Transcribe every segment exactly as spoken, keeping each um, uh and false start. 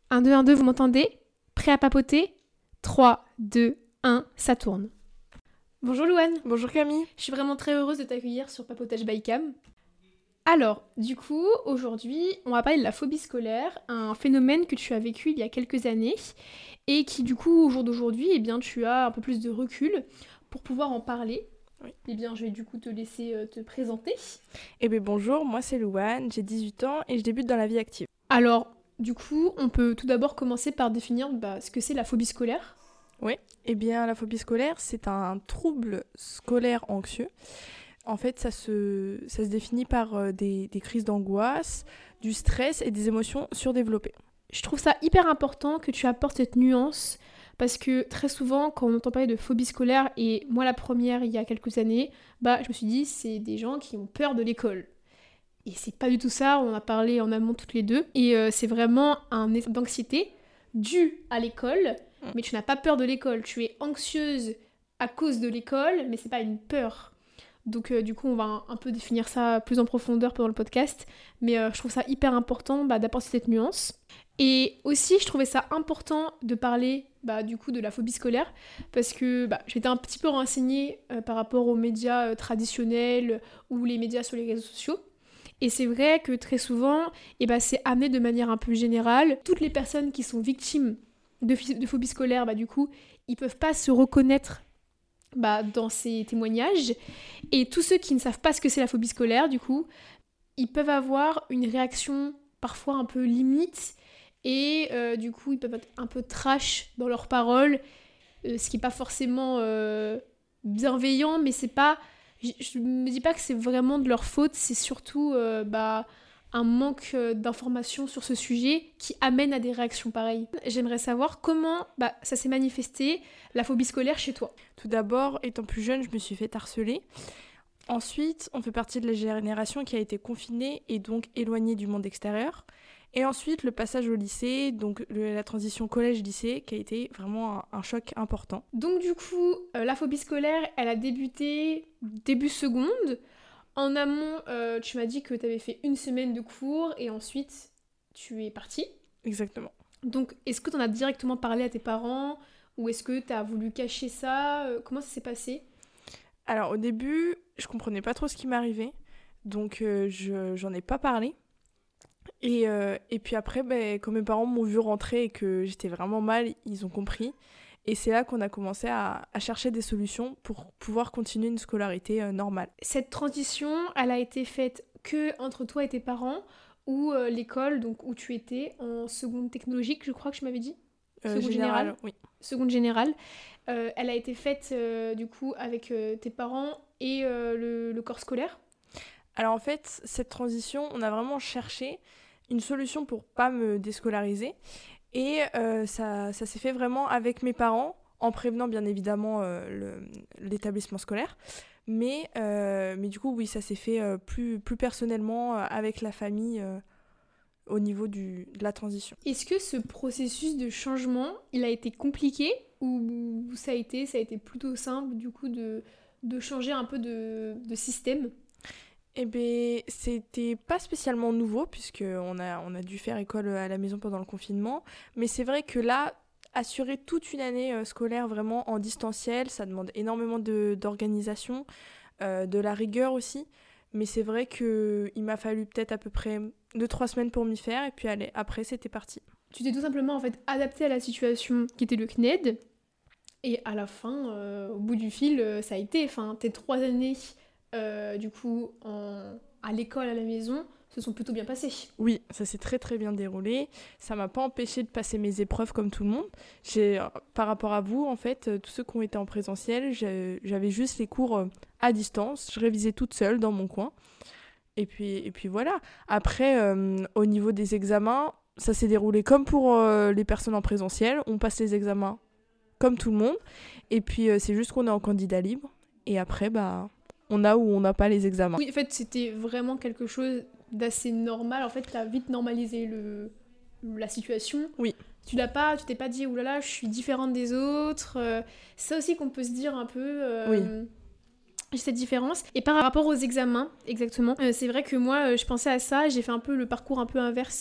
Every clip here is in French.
un, deux, un, deux, vous m'entendez? Prêt à papoter? trois, deux, un, ça tourne. Bonjour Louane. Bonjour Camille. Je suis vraiment très heureuse de t'accueillir sur Papotage by Cam. Alors, du coup, aujourd'hui, on va parler de la phobie scolaire, un phénomène que tu as vécu il y a quelques années et qui, du coup, au jour d'aujourd'hui, eh bien, tu as un peu plus de recul pour pouvoir en parler. Oui. Eh bien, je vais du coup te laisser euh, te présenter. Eh bien bonjour, moi c'est Louane, j'ai dix-huit ans et je débute dans la vie active. Alors, du coup, on peut tout d'abord commencer par définir bah, ce que c'est la phobie scolaire. Oui. Eh bien la phobie scolaire, c'est un trouble scolaire anxieux. En fait, ça se, ça se définit par euh, des, des crises d'angoisse, du stress et des émotions surdéveloppées. Je trouve ça hyper important que tu apportes cette nuance parce que très souvent, quand on entend parler de phobie scolaire, et moi la première il y a quelques années, bah je me suis dit c'est des gens qui ont peur de l'école. Et c'est pas du tout ça, on en a parlé en amont toutes les deux. Et euh, c'est vraiment un état d'anxiété dû à l'école, Mm. mais tu n'as pas peur de l'école. Tu es anxieuse à cause de l'école, mais c'est pas une peur. Donc euh, du coup, on va un, un peu définir ça plus en profondeur pendant le podcast. Mais euh, je trouve ça hyper important bah, d'apporter cette nuance. Et aussi, je trouvais ça important de parler bah, du coup de la phobie scolaire parce que bah, j'étais un petit peu renseignée euh, par rapport aux médias euh, traditionnels ou les médias sur les réseaux sociaux. Et c'est vrai que très souvent, eh ben, c'est amené de manière un peu générale. Toutes les personnes qui sont victimes de, de phobie scolaire, bah, du coup, ils peuvent pas se reconnaître bah, dans ces témoignages. Et tous ceux qui ne savent pas ce que c'est la phobie scolaire, du coup, ils peuvent avoir une réaction parfois un peu limite. Et euh, du coup, ils peuvent être un peu trash dans leurs paroles, euh, ce qui n'est pas forcément euh, bienveillant, mais c'est pas... Je ne me dis pas que c'est vraiment de leur faute, c'est surtout euh, bah, un manque euh, d'informations sur ce sujet qui amène à des réactions pareilles. J'aimerais savoir comment bah, ça s'est manifesté, la phobie scolaire chez toi. Tout d'abord, étant plus jeune, je me suis fait harceler. Ensuite, on fait partie de la génération qui a été confinée et donc éloignée du monde extérieur. Et ensuite, le passage au lycée, donc le, la transition collège-lycée, qui a été vraiment un, un choc important. Donc du coup, euh, la phobie scolaire, elle a débuté début seconde. En amont, euh, tu m'as dit que tu avais fait une semaine de cours et ensuite, tu es partie. Exactement. Donc, est-ce que tu en as directement parlé à tes parents ou est-ce que tu as voulu cacher ça? Euh, Comment ça s'est passé? Alors au début, je comprenais pas trop ce qui m'arrivait, donc euh, je, j'en ai pas parlé. Et, euh, et puis après, ben, quand mes parents m'ont vu rentrer et que j'étais vraiment mal, ils ont compris. Et c'est là qu'on a commencé à, à chercher des solutions pour pouvoir continuer une scolarité euh, normale. Cette transition, elle a été faite que entre toi et tes parents ou euh, l'école donc où tu étais en seconde technologique, je crois que tu m'avais dit? Euh, Seconde général, générale. oui. Seconde générale. Euh, elle a été faite euh, du coup avec euh, tes parents et euh, le, le corps scolaire. Alors en fait, cette transition, on a vraiment cherché une solution pour pas me déscolariser. Et euh, ça, ça s'est fait vraiment avec mes parents, en prévenant bien évidemment euh, le, l'établissement scolaire. Mais, euh, mais du coup, oui, ça s'est fait euh, plus, plus personnellement euh, avec la famille euh, au niveau du, de la transition. Est-ce que ce processus de changement, il a été compliqué ou ça a été, ça a été plutôt simple du coup de, de changer un peu de, de système? Eh bien, c'était pas spécialement nouveau, puisqu'on a, on a dû faire école à la maison pendant le confinement. Mais c'est vrai que là, assurer toute une année euh, scolaire vraiment en distanciel, ça demande énormément de, d'organisation, euh, de la rigueur aussi. Mais c'est vrai qu'il m'a fallu peut-être à peu près deux trois semaines pour m'y faire, et puis allez, après, c'était parti. Tu t'es tout simplement en fait adapté à la situation qui était le C N E D et à la fin, euh, au bout du fil, euh, ça a été, enfin, tes trois années euh, du coup en, à l'école, à la maison, se sont plutôt bien passées. Oui, ça s'est très très bien déroulé. Ça m'a pas empêché de passer mes épreuves comme tout le monde. J'ai, euh, par rapport à vous, en fait, euh, tous ceux qui ont été en présentiel, j'ai- j'avais juste les cours euh, à distance. Je révisais toute seule dans mon coin. Et puis, et puis voilà. Après, euh, au niveau des examens, ça s'est déroulé comme pour euh, les personnes en présentiel. On passe les examens comme tout le monde. Et puis, euh, c'est juste qu'on est en candidat libre. Et après, bah, on a ou on n'a pas les examens. Oui, en fait, c'était vraiment quelque chose d'assez normal. En fait, t'as vite normalisé le, la situation. Oui. Tu l'as pas, tu t'es pas dit, oulala, je suis différente des autres. Euh, c'est ça aussi qu'on peut se dire un peu. Euh, Oui. Cette différence. Et par rapport aux examens, exactement, euh, c'est vrai que moi, euh, je pensais à ça, j'ai fait un peu le parcours un peu inverse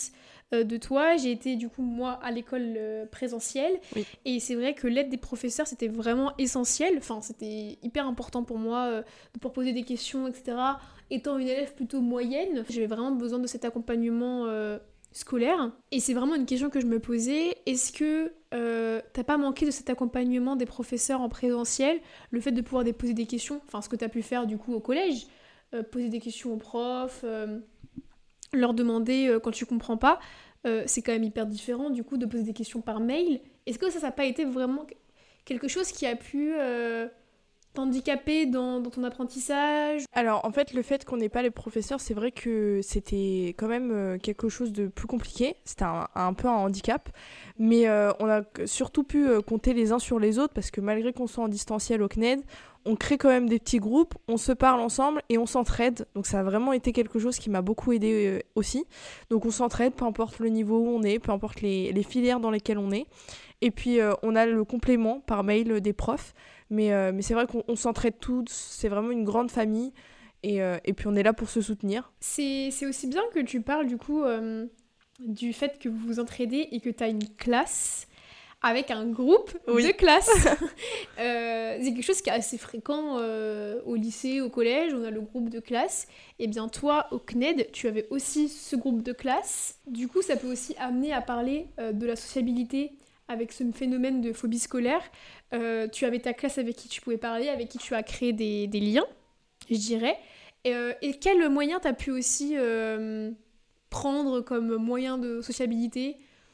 euh, de toi. J'ai été du coup moi à l'école euh, présentielle Oui. et c'est vrai que l'aide des professeurs c'était vraiment essentiel. Enfin c'était hyper important pour moi euh, pour poser des questions et cetera. Étant une élève plutôt moyenne, j'avais vraiment besoin de cet accompagnement euh, scolaire. Et c'est vraiment une question que je me posais. Est-ce que euh, t'as pas manqué de cet accompagnement des professeurs en présentiel, le fait de pouvoir poser des questions, enfin ce que t'as pu faire du coup au collège, euh, poser des questions aux profs, euh, leur demander euh, quand tu comprends pas, euh, c'est quand même hyper différent du coup de poser des questions par mail. Est-ce que ça, ça n'a pas été vraiment quelque chose qui a pu euh, t'handicaper dans, dans ton apprentissage? Alors, en fait, le fait qu'on n'ait pas les professeurs, c'est vrai que c'était quand même euh, quelque chose de plus compliqué. C'était un, un peu un handicap. Mais euh, on a surtout pu euh, compter les uns sur les autres parce que malgré qu'on soit en distanciel au C N E D, on crée quand même des petits groupes, on se parle ensemble et on s'entraide. Donc ça a vraiment été quelque chose qui m'a beaucoup aidée euh, aussi. Donc on s'entraide, peu importe le niveau où on est, peu importe les, les filières dans lesquelles on est. Et puis euh, on a le complément par mail des profs. Mais, euh, mais c'est vrai qu'on on s'entraide tous, c'est vraiment une grande famille. Et, euh, et puis on est là pour se soutenir. C'est, c'est aussi bien que tu parles du coup euh, du fait que vous vous entraidez et que tu as une classe avec un groupe Oui. de classe. euh, c'est quelque chose qui est assez fréquent euh, au lycée, au collège, on a le groupe de classe. Et bien toi, au C N E D, tu avais aussi ce groupe de classe. Du coup, ça peut aussi amener à parler euh, de la sociabilité avec ce phénomène de phobie scolaire. Euh, tu avais ta classe avec qui tu pouvais parler, avec qui tu as créé des, des liens, je dirais. Et, euh, et quel moyen t'as pu aussi euh, prendre comme moyen de sociabilité?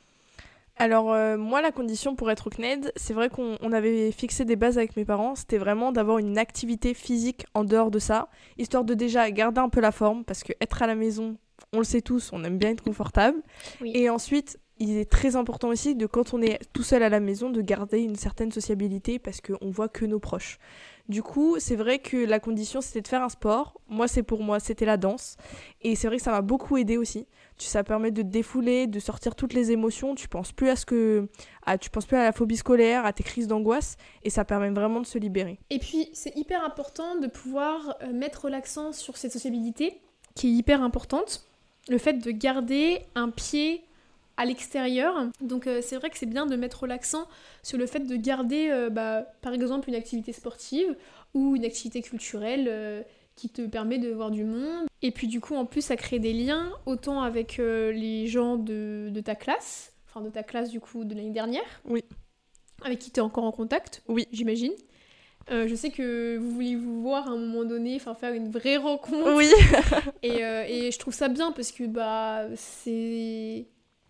Alors euh, moi la condition pour être au C N E D, c'est vrai qu'on on avait fixé des bases avec mes parents, c'était vraiment d'avoir une activité physique en dehors de ça, histoire de déjà garder un peu la forme, parce que être à la maison, on le sait tous, on aime bien être confortable. Oui. Et ensuite, il est très important aussi de quand on est tout seul à la maison, de garder une certaine sociabilité, parce qu'on voit que nos proches. Du coup, c'est vrai que la condition, c'était de faire un sport. Moi, c'est pour moi, c'était la danse. Et c'est vrai que ça m'a beaucoup aidée aussi. Tu- Ça permet de te défouler, de sortir toutes les émotions. Tu penses plus à ce que, à, tu penses plus à la phobie scolaire, à tes crises d'angoisse, et ça permet vraiment de se libérer. Et puis, c'est hyper important de pouvoir euh, mettre l'accent sur cette sociabilité, qui est hyper importante. Le fait de garder un pied à l'extérieur. Donc euh, c'est vrai que c'est bien de mettre l'accent sur le fait de garder, euh, bah, par exemple, une activité sportive ou une activité culturelle euh, qui te permet de voir du monde. Et puis du coup, en plus, ça crée des liens, autant avec euh, les gens de, de ta classe, enfin de ta classe du coup de l'année dernière, Oui. avec qui tu es encore en contact, Oui. j'imagine. Euh, je sais que vous vouliez vous voir à un moment donné, enfin faire une vraie rencontre. Oui. et, euh, et je trouve ça bien parce que bah c'est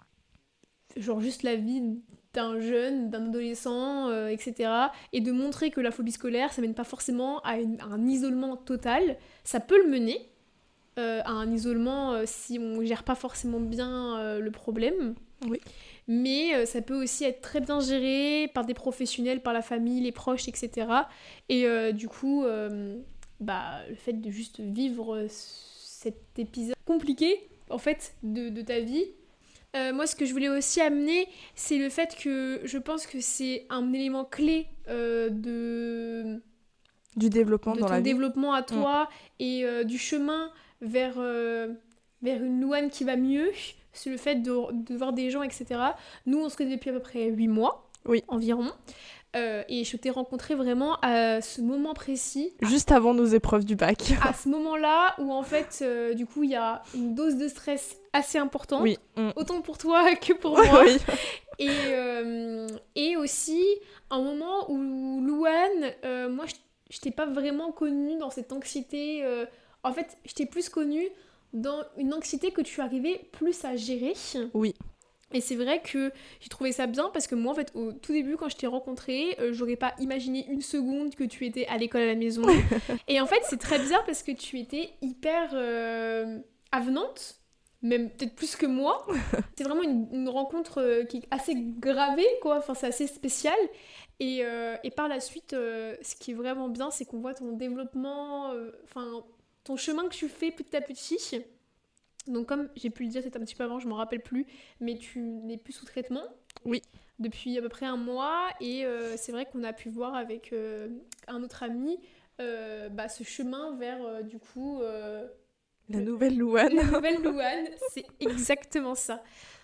genre juste la vie d'un jeune, d'un adolescent, euh, et cetera. Et de montrer que la phobie scolaire, ça mène pas forcément à, une- à un isolement total. Ça peut le mener euh, à un isolement euh, si on gère pas forcément bien euh, le problème. Oui. Mais euh, ça peut aussi être très bien géré par des professionnels, par la famille, les proches, et cetera. Et euh, du coup, euh, bah, le fait de juste vivre euh, cet épisode compliqué, en fait, de, de ta vie. Euh, moi, ce que je voulais aussi amener, c'est le fait que je pense que c'est un élément clé euh, de, Du développement de dans ton la vie. développement à toi et euh, du chemin vers, euh, vers une Louane qui va mieux. C'est le fait de, de voir des gens, et cetera. Nous, on se connaît depuis à peu près huit mois Oui. environ. Euh, et je t'ai rencontré vraiment à ce moment précis. Juste avant nos épreuves du bac. À ce moment-là où en fait, euh, du coup, il y a une dose de stress assez importante. Oui. Mm. Autant pour toi que pour moi. Oui. Et, euh, et aussi, un moment où Louane, euh, moi, je, je t'ai pas vraiment connue dans cette anxiété. euh, en fait, je t'ai plus connue dans une anxiété que tu arrivais plus à gérer. Oui. Et c'est vrai que j'ai trouvé ça bien parce que moi, en fait, au tout début, quand je t'ai rencontrée, euh, j'aurais pas imaginé une seconde que tu étais à l'école à la maison. Et en fait, c'est très bizarre parce que tu étais hyper euh, avenante, même peut-être plus que moi. C'est vraiment une, une rencontre euh, qui est assez gravée, quoi. Enfin, c'est assez spécial. Et, euh, et par la suite, euh, ce qui est vraiment bien, c'est qu'on voit ton développement, euh, enfin, ton chemin que tu fais petit à petit. Donc comme j'ai pu le dire, c'était un petit peu avant, je m'en rappelle plus, mais tu n'es plus sous traitement. Oui. Depuis à peu près un mois, et euh, c'est vrai qu'on a pu voir avec euh, un autre ami euh, bah, ce chemin vers euh, du coup... euh, La le- nouvelle Louane. la nouvelle Louane, c'est exactement ça.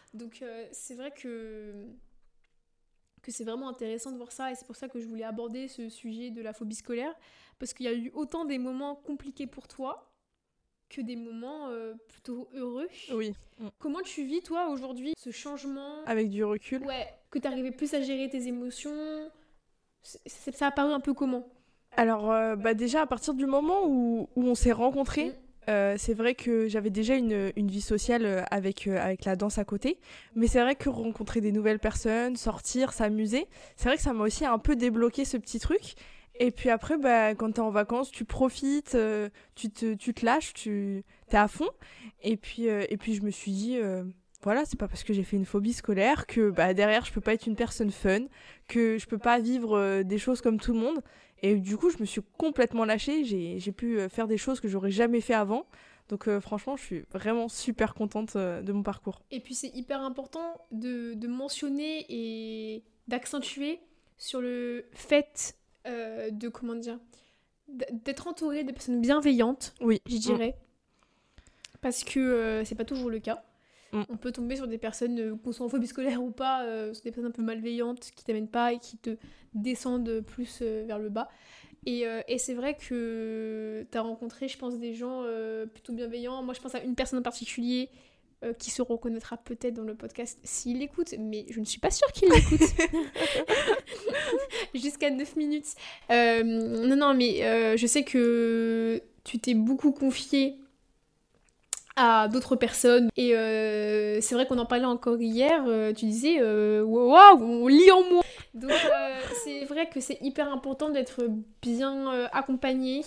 Donc euh, c'est vrai que, que c'est vraiment intéressant de voir ça et c'est pour ça que je voulais aborder ce sujet de la phobie scolaire parce qu'il y a eu autant des moments compliqués pour toi que des moments euh, plutôt heureux. Oui. Mm. Comment tu vis toi aujourd'hui ce changement? Avec du recul. Ouais, que t'arrivais plus à gérer tes émotions. C'est- c'est- ça a paru un peu comment? Alors, euh, bah déjà, à partir du moment où, où on s'est rencontrés, Mm. euh, c'est vrai que j'avais déjà une, une vie sociale euh, avec, euh, avec la danse à côté. Mais c'est vrai que rencontrer des nouvelles personnes, sortir, s'amuser, c'est vrai que ça m'a aussi un peu débloqué ce petit truc. Et puis après, bah, quand t'es en vacances, tu profites, euh, tu, te, tu te lâches, tu t'es à fond. Et puis, euh, et puis je me suis dit, euh, voilà, c'est pas parce que j'ai fait une phobie scolaire que bah, derrière, je peux pas être une personne fun, que je peux pas vivre euh, des choses comme tout le monde. Et du coup, je me suis complètement lâchée. J'ai, j'ai pu euh, faire des choses que j'aurais jamais fait avant. Donc euh, franchement, je suis vraiment super contente euh, de mon parcours. Et puis c'est hyper important de, de mentionner et d'accentuer sur le fait euh, de, comment dire, d- d'être entouré de personnes bienveillantes, Oui. je dirais. Parce que euh, c'est pas toujours le cas. Mm. On peut tomber sur des personnes, euh, qu'on soit en phobie scolaire ou pas, euh, sur des personnes un peu malveillantes qui t'amènent pas et qui te descendent plus euh, vers le bas. Et, euh, et c'est vrai que t'as rencontré, je pense, des gens euh, plutôt bienveillants. Moi, je pense à une personne en particulier euh, qui se reconnaîtra peut-être dans le podcast s'il l'écoute, mais je ne suis pas sûre qu'il l'écoute. Jusqu'à neuf minutes. Euh, non, non, mais euh, je sais que tu t'es beaucoup confiée à d'autres personnes. Et euh, c'est vrai qu'on en parlait encore hier. euh, tu disais, euh, waouh, on lit en moi. Donc euh, c'est vrai que c'est hyper important d'être bien euh, accompagné.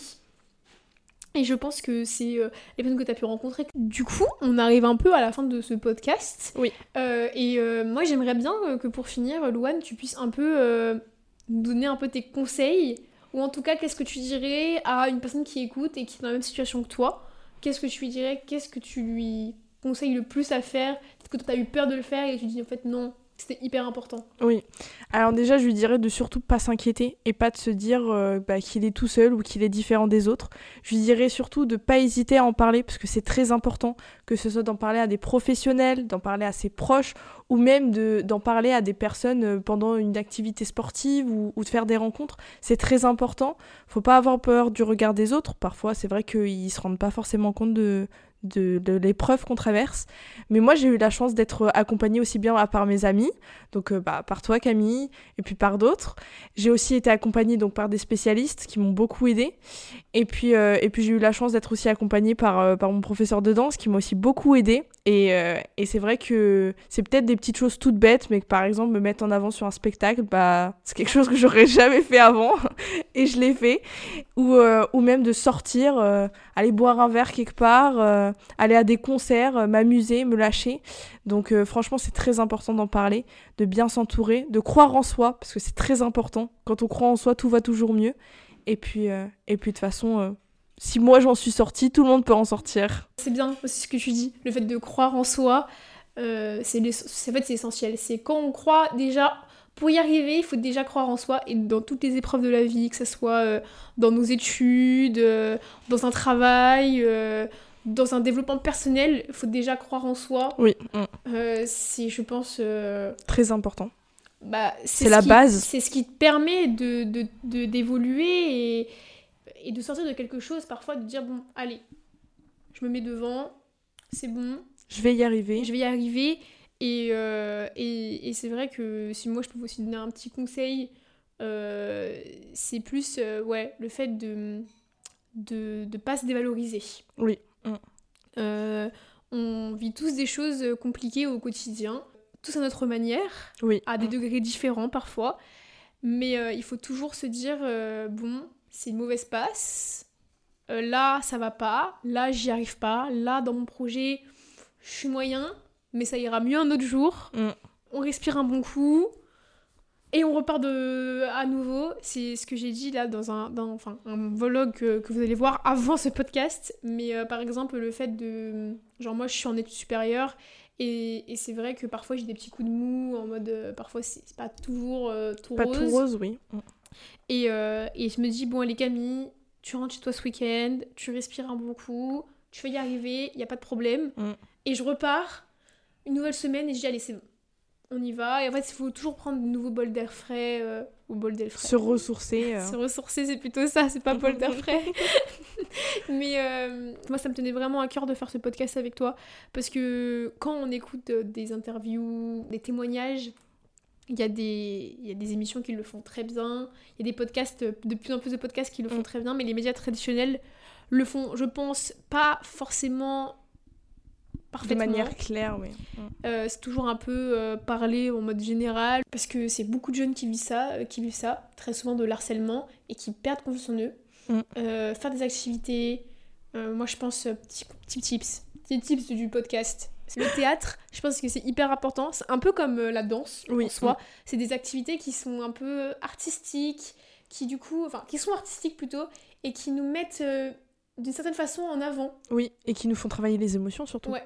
Et je pense que c'est euh, les personnes que tu as pu rencontrer. Du coup, on arrive un peu à la fin de ce podcast. Oui. Euh, et euh, moi, j'aimerais bien euh, que pour finir, Louane, tu puisses un peu euh, nous donner un peu tes conseils. Ou en tout cas, qu'est-ce que tu dirais à une personne qui écoute et qui est dans la même situation que toi? Qu'est-ce que tu lui dirais? Qu'est-ce que tu lui conseilles le plus à faire? Peut-être que tu as eu peur de le faire et tu dis en fait non, c'était hyper important. Oui. Alors déjà, je lui dirais de surtout pas s'inquiéter et pas de se dire euh, bah, qu'il est tout seul ou qu'il est différent des autres. Je lui dirais surtout de pas hésiter à en parler parce que c'est très important, que ce soit d'en parler à des professionnels, d'en parler à ses proches ou même de, d'en parler à des personnes pendant une activité sportive ou, ou de faire des rencontres. C'est très important. Faut pas avoir peur du regard des autres. Parfois, c'est vrai qu'ils se rendent pas forcément compte de... De, de l'épreuve qu'on traverse. Mais moi, j'ai eu la chance d'être accompagnée aussi bien par mes amis, donc euh, bah, par toi Camille, et puis par d'autres. J'ai aussi été accompagnée donc, par des spécialistes qui m'ont beaucoup aidée. Et puis, euh, et puis j'ai eu la chance d'être aussi accompagnée par, euh, par mon professeur de danse qui m'a aussi beaucoup aidée. Et, euh, et c'est vrai que c'est peut-être des petites choses toutes bêtes, mais que par exemple me mettre en avant sur un spectacle, bah, c'est quelque chose que j'aurais jamais fait avant, et je l'ai fait. Ou, euh, ou même de sortir, euh, aller boire un verre quelque part, euh, aller à des concerts, euh, m'amuser, me lâcher. Donc euh, franchement, c'est très important d'en parler, de bien s'entourer, de croire en soi, parce que c'est très important. Quand on croit en soi, tout va toujours mieux. Et puis, euh, et puis de toute façon, euh, si moi j'en suis sortie, tout le monde peut en sortir. C'est bien aussi ce que tu dis, le fait de croire en soi, euh, c'est, les... c'est, en fait, c'est essentiel. C'est quand on croit déjà... Pour y arriver, il faut déjà croire en soi et dans toutes les épreuves de la vie, que ce soit euh, dans nos études, euh, dans un travail, euh, dans un développement personnel, il faut déjà croire en soi. Oui. Euh, c'est, je pense... Euh, Très important. Bah, c'est c'est la qui, base. C'est ce qui te permet de, de, de, d'évoluer et, et de sortir de quelque chose, parfois de dire, bon, allez, je me mets devant, c'est bon. Je vais y arriver. Je vais y arriver. Et, euh, et, et c'est vrai que si moi je peux aussi donner un petit conseil, euh, c'est plus euh, ouais, le fait de de ne pas se dévaloriser. Oui. Euh, on vit tous des choses compliquées au quotidien, tous à notre manière, oui. à des degrés différents parfois, mais euh, il faut toujours se dire, euh, bon, c'est une mauvaise passe, euh, là ça va pas, là j'y arrive pas, là dans mon projet je suis moyen, mais ça ira mieux un autre jour. Mm. On respire un bon coup et on repart de... à nouveau. C'est ce que j'ai dit là dans un, dans, enfin, un vlog que, que vous allez voir avant ce podcast. Mais euh, par exemple, le fait de... Genre moi, je suis en études supérieures et, et c'est vrai que parfois j'ai des petits coups de mou en mode... Euh, parfois, c'est, c'est pas toujours euh, tout pas rose. Pas tout rose, oui. Mm. Et, euh, et je me dis, bon, allez Camille, tu rentres chez toi ce week-end, tu respires un bon coup, tu vas y arriver, il n'y a pas de problème. Mm. Et je repars une nouvelle semaine et je dis allez c'est bon, on y va. Et en fait il faut toujours prendre de nouveaux bols d'air frais euh, ou bols d'air frais. Se ressourcer. Euh... Se ressourcer c'est plutôt ça, c'est pas bol d'air frais. Mais euh, moi ça me tenait vraiment à cœur de faire ce podcast avec toi parce que quand on écoute euh, des interviews, des témoignages, il y a des il y a des émissions qui le font très bien, il y a des podcasts, de plus en plus de podcasts qui le font mm. très bien, mais les médias traditionnels le font, je pense, pas forcément parfaitement. De manière claire, oui. Mm. Euh, c'est toujours un peu euh, parler en mode général, parce que c'est beaucoup de jeunes qui vivent ça, euh, qui vivent ça, très souvent de l'harcèlement, et qui perdent confiance en eux. Mm. Euh, faire des activités, euh, moi je pense, euh, petits, petits tips, petits tips du podcast. Le théâtre, je pense que c'est hyper important, c'est un peu comme euh, la danse oui. en soi, mm. c'est des activités qui sont un peu artistiques, qui du coup, enfin, qui sont artistiques plutôt, et qui nous mettent euh, d'une certaine façon en avant. Oui, et qui nous font travailler les émotions surtout. Ouais.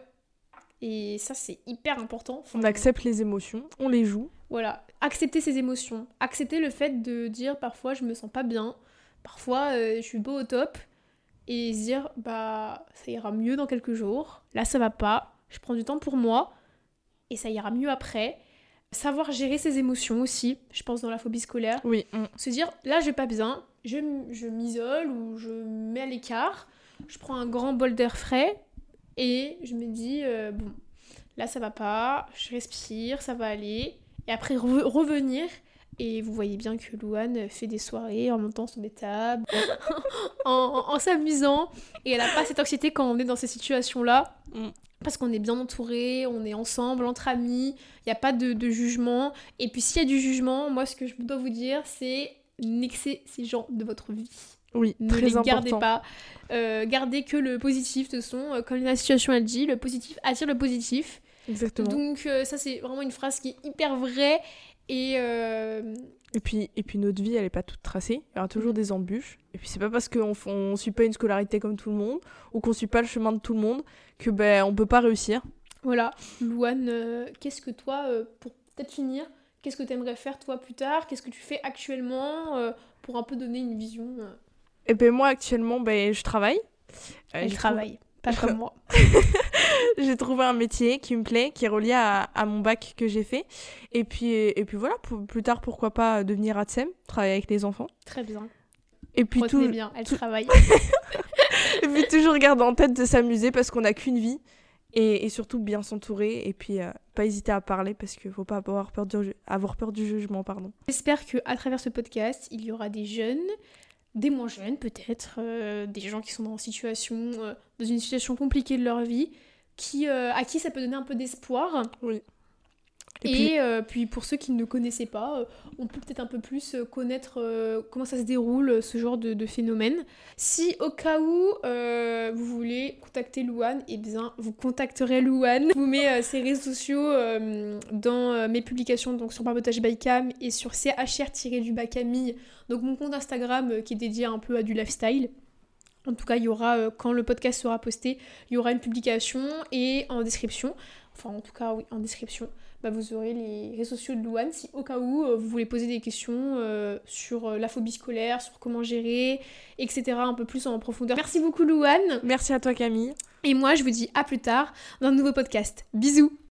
Et ça, c'est hyper important. Enfin, on accepte les émotions, on les joue. Voilà, accepter ses émotions. Accepter le fait de dire parfois je me sens pas bien, parfois euh, je suis beau au top, et se dire bah ça ira mieux dans quelques jours, là ça va pas, je prends du temps pour moi, et ça ira mieux après. Savoir gérer ses émotions aussi, je pense dans la phobie scolaire. Oui. Mm. Se dire là je vais pas bien, je, je m'isole ou je me mets à l'écart, je prends un grand bol d'air frais, et je me dis, euh, bon, là ça va pas, je respire, ça va aller. Et après re- revenir, et vous voyez bien que Louane fait des soirées en montant sur des tables, en, en, en s'amusant. Et elle a pas cette anxiété quand on est dans ces situations-là, mm. parce qu'on est bien entouré, on est ensemble, entre amis, il n'y a pas de, de jugement. Et puis s'il y a du jugement, moi ce que je dois vous dire, c'est nexer ces gens de votre vie. Oui, ne très les important. Gardez pas. Euh, gardez que le positif. De toute façon, euh, comme la situation elle dit, le positif attire le positif. Exactement. Donc euh, ça, c'est vraiment une phrase qui est hyper vraie. Et, euh... et, puis, et puis notre vie, elle n'est pas toute tracée. Il y aura toujours mmh. des embûches. Et puis c'est pas parce qu'on ne suit pas une scolarité comme tout le monde ou qu'on ne suit pas le chemin de tout le monde que ben, on ne peut pas réussir. Voilà. Louane, euh, qu'est-ce que toi, euh, pour peut-être finir, qu'est-ce que tu aimerais faire toi plus tard ? Qu'est-ce que tu fais actuellement euh, pour un peu donner une vision euh... Eh ben moi actuellement ben je travaille. Euh, Elle travaille, trouvé... pas comme moi. J'ai trouvé un métier qui me plaît, qui est relié à, à mon bac que j'ai fait. Et puis et puis voilà, pour, plus tard pourquoi pas devenir A T S E M, travailler avec les enfants. Très bien. Et puis Retenez tout bien, elle tout... travaille. Et puis toujours garder en tête de s'amuser parce qu'on n'a qu'une vie et, et surtout bien s'entourer et puis euh, pas hésiter à parler parce qu'il faut pas avoir peur du avoir peur du jugement, pardon. J'espère que à travers ce podcast, il y aura des jeunes, des moins jeunes peut-être, euh, des gens qui sont dans, situation, euh, dans une situation compliquée de leur vie, qui, euh, à qui ça peut donner un peu d'espoir. Oui. Et, et puis... Euh, puis pour ceux qui ne connaissaient pas, euh, on peut peut-être un peu plus connaître euh, comment ça se déroule, ce genre de, de phénomène. Si au cas où euh, vous voulez contacter Louane, eh bien vous contacterez Louane. Je vous mets euh, ses réseaux sociaux euh, dans euh, mes publications, donc sur Barbotage by Cam et sur C H R-du-bas Camille, donc mon compte Instagram euh, qui est dédié un peu à du lifestyle. En tout cas, il y aura, euh, quand le podcast sera posté, il y aura une publication et en description, enfin en tout cas oui, en description, bah, vous aurez les réseaux sociaux de Louane si au cas où euh, vous voulez poser des questions euh, sur euh, la phobie scolaire, sur comment gérer, et cetera un peu plus en profondeur. Merci beaucoup Louane. Merci à toi Camille. Et moi je vous dis à plus tard dans un nouveau podcast. Bisous.